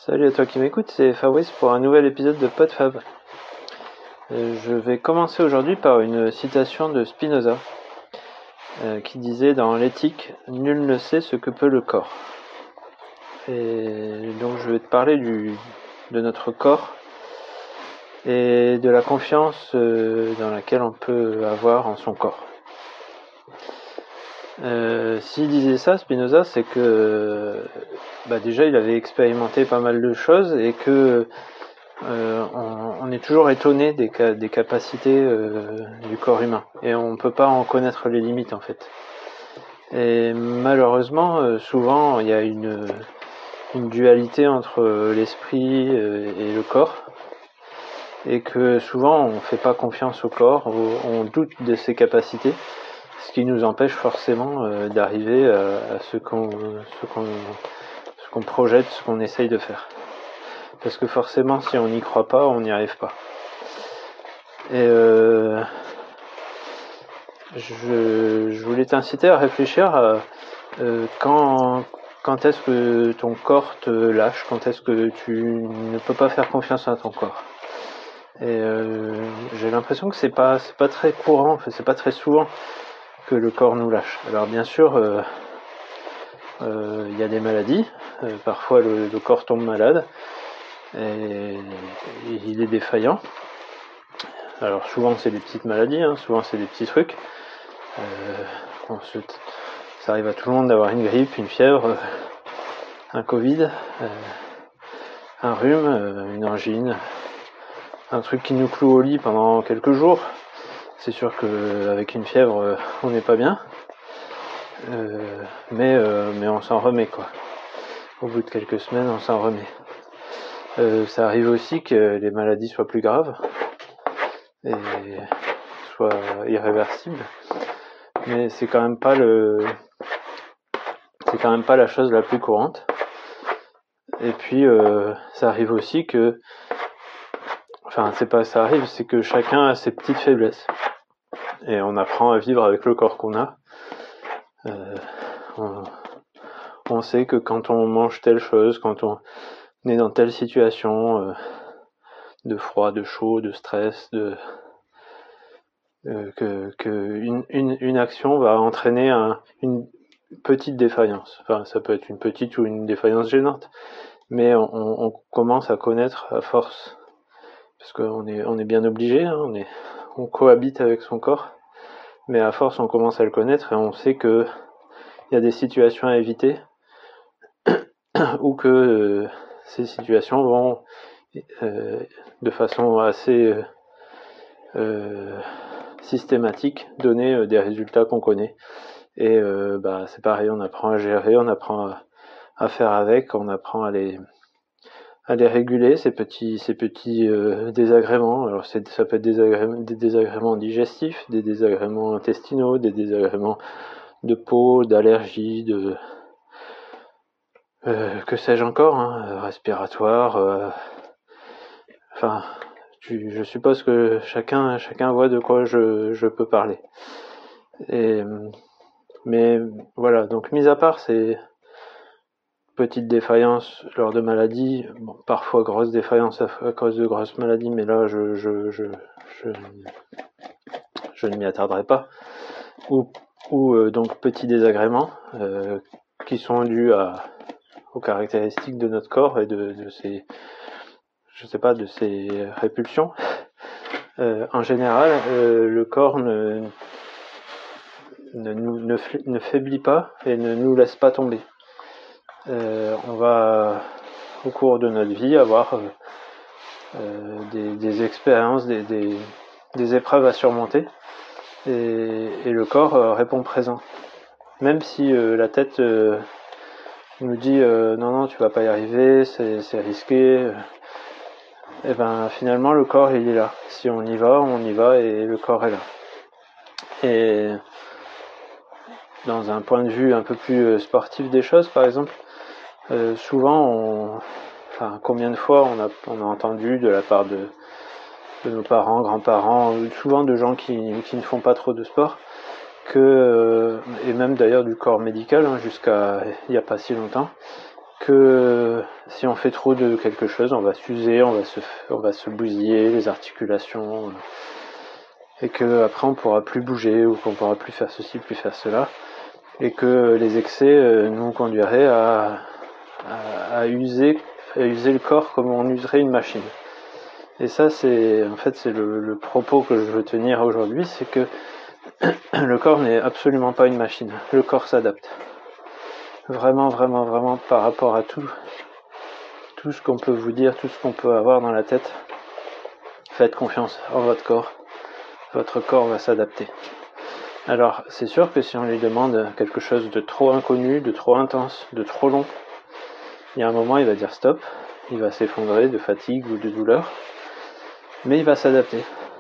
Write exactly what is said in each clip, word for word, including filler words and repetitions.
Salut à toi qui m'écoute, c'est Fabrice pour un nouvel épisode de PodFab. Euh, je vais commencer aujourd'hui par une citation de Spinoza euh, qui disait dans l'éthique « Nul ne sait ce que peut le corps ». Et donc je vais te parler du, de notre corps et de la confiance euh, dans laquelle on peut avoir en son corps. Euh, s'il disait ça, Spinoza, c'est que bah déjà il avait expérimenté pas mal de choses et que euh, on, on est toujours étonné des, des capacités euh, du corps humain et on peut pas en connaître les limites en fait. Et malheureusement, euh, souvent il y a une, une dualité entre l'esprit euh, et le corps et que souvent on fait pas confiance au corps, on doute de ses capacités. Ce qui nous empêche forcément euh, d'arriver à, à ce qu'on, ce qu'on, ce qu'on projette, ce qu'on essaye de faire. Parce que forcément, si on n'y croit pas, on n'y arrive pas. Et euh, je, je voulais t'inciter à réfléchir à euh, quand, quand est-ce que ton corps te lâche, quand est-ce que tu ne peux pas faire confiance à ton corps. Et euh, j'ai l'impression que c'est pas, c'est pas très courant, enfin, c'est pas très souvent que le corps nous lâche. Alors bien sûr, euh, euh, y a des maladies, euh, parfois le, le corps tombe malade et, et il est défaillant. Alors souvent c'est des petites maladies, hein, souvent c'est des petits trucs. Euh, ensuite, ça arrive à tout le monde d'avoir une grippe, une fièvre, euh, un Covid, euh, un rhume, euh, une angine, un truc qui nous cloue au lit pendant quelques jours. C'est sûr qu'avec une fièvre, on n'est pas bien, euh, mais, euh, mais on s'en remet quoi. Au bout de quelques semaines, on s'en remet. Euh, ça arrive aussi que les maladies soient plus graves et soient irréversibles, mais c'est quand même pas le, c'est quand même pas la chose la plus courante. Et puis euh, ça arrive aussi que, enfin c'est pas ça arrive, c'est que chacun a ses petites faiblesses. Et on apprend à vivre avec le corps qu'on a. Euh, on, on sait que quand on mange telle chose, quand on est dans telle situation euh, de froid, de chaud, de stress, de euh, que, que une, une, une action va entraîner un, une petite défaillance. Enfin, ça peut être une petite ou une défaillance gênante, mais on, on commence à connaître à force, parce qu'on est, on est bien obligé, hein, on est, on cohabite avec son corps. Mais à force, on commence à le connaître et on sait que il y a des situations à éviter ou que euh, ces situations vont euh, de façon assez euh, systématique donner euh, des résultats qu'on connaît. Et euh, bah c'est pareil, on apprend à gérer, on apprend à, à faire avec, on apprend à les à les réguler, ces petits ces petits euh, désagréments. Alors c'est, ça peut être des, agré- des désagréments digestifs, des désagréments intestinaux, des désagréments de peau, d'allergie, de euh, que sais-je encore, hein, respiratoire. Euh, enfin, tu, je suppose que chacun chacun voit de quoi je je peux parler. Et mais voilà, donc mis à part ces petite défaillance lors de maladies, bon, parfois grosse défaillance à, à cause de grosses maladies, mais là je, je, je, je, je ne m'y attarderai pas, ou, ou euh, donc petits désagréments euh, qui sont dus à, aux caractéristiques de notre corps et de, de ses, je sais pas, de ses répulsions. Euh, en général, euh, le corps ne, ne, ne, ne faiblit pas et ne nous laisse pas tomber. Euh, on va au cours de notre vie avoir euh, euh, des, des expériences, des, des, des épreuves à surmonter et, et le corps euh, répond présent. Même si euh, la tête euh, nous dit euh, non non tu vas pas y arriver, c'est, c'est risqué, euh, et ben finalement le corps il est là. Si on y va, on y va et le corps est là. Et dans un point de vue un peu plus sportif des choses par exemple, Euh, souvent, on, enfin, combien de fois on a, on a entendu de la part de, de nos parents, grands-parents, souvent de gens qui, qui ne font pas trop de sport, que, et même d'ailleurs du corps médical, hein, jusqu'à il n'y a pas si longtemps, que si on fait trop de quelque chose, on va s'user, on va se, on va se bousiller les articulations, et que après on pourra plus bouger ou qu'on pourra plus faire ceci, plus faire cela, et que les excès nous conduiraient à, à, à user, à user le corps comme on userait une machine. Et ça, c'est en fait c'est le, le propos que je veux tenir aujourd'hui, c'est que le corps n'est absolument pas une machine. Le corps s'adapte. Vraiment, vraiment, vraiment, par rapport à tout, tout ce qu'on peut vous dire, tout ce qu'on peut avoir dans la tête, faites confiance en votre corps. Votre corps va s'adapter. Alors, c'est sûr que si on lui demande quelque chose de trop inconnu, de trop intense, de trop long, il y a un moment, il va dire stop, il va s'effondrer de fatigue ou de douleur, mais il va s'adapter.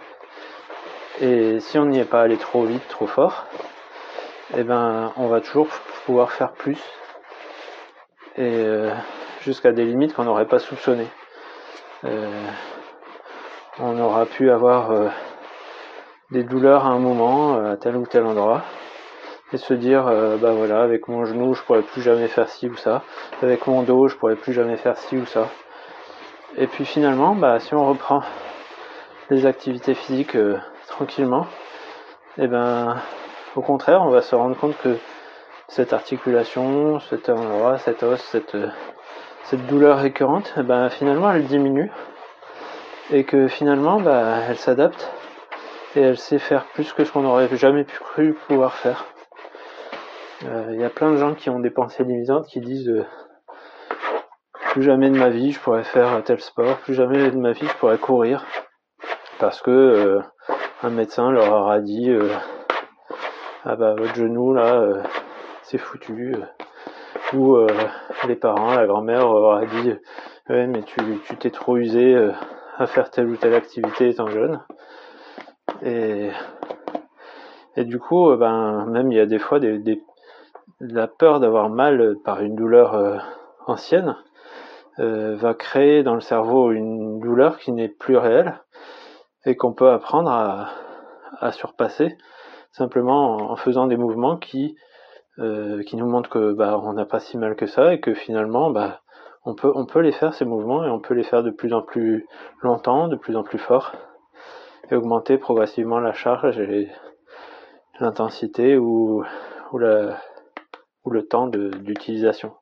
Et si on n'y est pas allé trop vite, trop fort, eh ben, on va toujours pouvoir faire plus, et euh, jusqu'à des limites qu'on n'aurait pas soupçonnées. Euh, on aura pu avoir euh, des douleurs à un moment, euh, à tel ou tel endroit, et se dire, euh, bah voilà, avec mon genou, je pourrais plus jamais faire ci ou ça, avec mon dos, je pourrais plus jamais faire ci ou ça. Et puis finalement, bah si on reprend les activités physiques euh, tranquillement, et ben au contraire, on va se rendre compte que cette articulation, cet endroit, cet os, cette, cette douleur récurrente, et ben finalement elle diminue, et que finalement bah, elle s'adapte, et elle sait faire plus que ce qu'on n'aurait jamais pu cru pouvoir faire. Il euh, y a plein de gens qui ont des pensées limitantes, qui disent euh, plus jamais de ma vie je pourrais faire tel sport, plus jamais de ma vie je pourrais courir, parce que euh, un médecin leur aura dit euh, ah bah votre genou là euh, c'est foutu, euh, ou euh, les parents, la grand-mère aura dit ouais mais tu, tu t'es trop usé euh, à faire telle ou telle activité étant jeune, et et du coup euh, ben même il y a des fois des, des la peur d'avoir mal par une douleur euh, ancienne euh, va créer dans le cerveau une douleur qui n'est plus réelle et qu'on peut apprendre à, à surpasser simplement en, en faisant des mouvements qui euh, qui nous montrent que bah on n'a pas si mal que ça, et que finalement bah on peut on peut les faire, ces mouvements, et on peut les faire de plus en plus longtemps, de plus en plus fort, et augmenter progressivement la charge et l'intensité ou ou la ou le temps de, d'utilisation.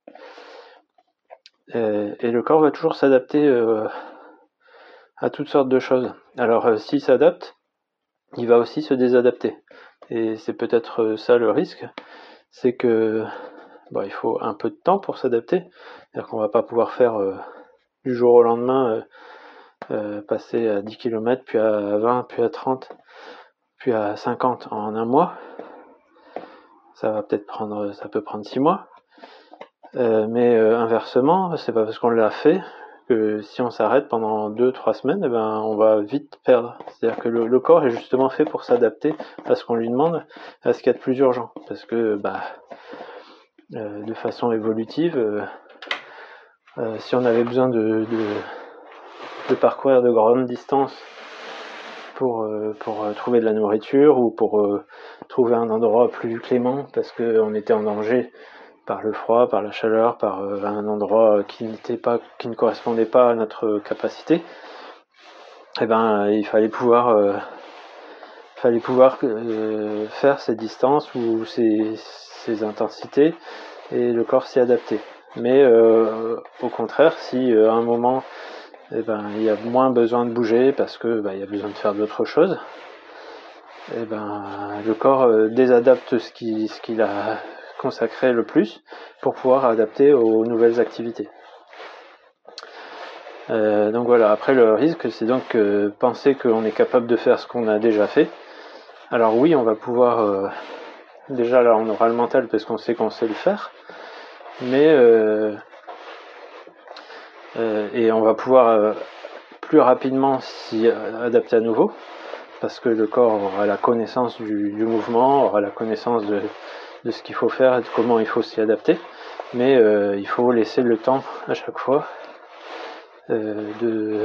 Et, et le corps va toujours s'adapter euh, à toutes sortes de choses. Alors euh, s'il s'adapte, il va aussi se désadapter. Et c'est peut-être euh, ça le risque, c'est que bon, il faut un peu de temps pour s'adapter. C'est-à-dire qu'on va pas pouvoir faire euh, du jour au lendemain euh, euh, passer à dix kilomètres, puis à vingt, puis à trente, puis à cinquante en un mois. Ça va peut-être prendre, ça peut prendre six mois. Euh, mais euh, inversement, c'est pas parce qu'on l'a fait que si on s'arrête pendant deux trois semaines, eh ben on va vite perdre. C'est-à-dire que le, le corps est justement fait pour s'adapter à ce qu'on lui demande, à ce qu'il y a de plus urgent. Parce que bah euh, de façon évolutive, euh, euh, si on avait besoin de, de, de parcourir de grandes distances pour, euh, pour euh, trouver de la nourriture, ou pour euh, trouver un endroit plus clément parce qu'on était en danger par le froid, par la chaleur, par euh, un endroit qui n'était pas, qui ne correspondait pas à notre capacité, et ben il fallait pouvoir, euh, fallait pouvoir euh, faire ces distances ou ces, ces intensités, et le corps s'y adaptait. Mais euh, au contraire, si euh, à un moment, eh ben il y a moins besoin de bouger parce que bah, il y a besoin de faire d'autres choses, et ben le corps euh, désadapte ce qui, ce qu'il a consacré le plus pour pouvoir adapter aux nouvelles activités. Euh, donc voilà, après le risque, c'est donc euh, penser qu'on est capable de faire ce qu'on a déjà fait. Alors oui, on va pouvoir, euh, déjà là on aura le mental parce qu'on sait qu'on sait le faire, mais euh, euh, et on va pouvoir euh, plus rapidement s'y adapter à nouveau, parce que le corps aura la connaissance du, du mouvement, aura la connaissance de, de ce qu'il faut faire et de comment il faut s'y adapter, mais euh, il faut laisser le temps à chaque fois euh, de,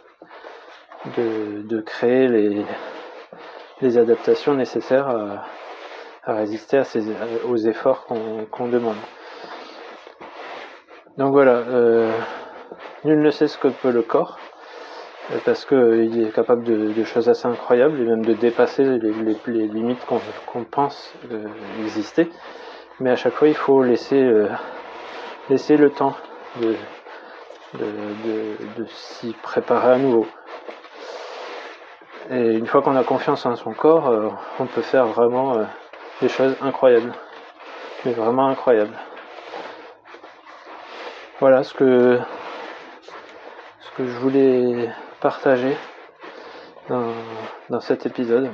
de, de créer les, les adaptations nécessaires à, à résister à ces, aux efforts qu'on, qu'on demande. Donc voilà, euh, nul ne sait ce que peut le corps, parce qu'il est capable de, de choses assez incroyables et même de dépasser les, les, les limites qu'on qu'on pense euh, exister. Mais à chaque fois, il faut laisser, euh, laisser le temps de, de, de, de s'y préparer à nouveau. Et une fois qu'on a confiance en son corps, euh, on peut faire vraiment euh, des choses incroyables. Mais vraiment incroyables. Voilà ce que, ce que je voulais partager dans, dans cet épisode.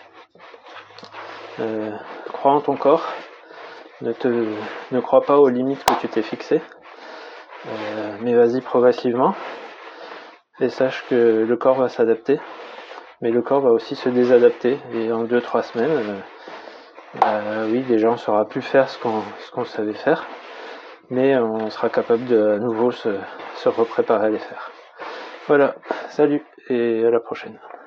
Euh, crois en ton corps. Ne, te, ne crois pas aux limites que tu t'es fixées. Euh, mais vas-y progressivement. Et sache que le corps va s'adapter. Mais le corps va aussi se désadapter. Et en deux trois semaines, euh, bah, oui, déjà on saura plus faire ce qu'on, ce qu'on savait faire. Mais on sera capable de à nouveau se, se repréparer à les faire. Voilà, salut et à la prochaine.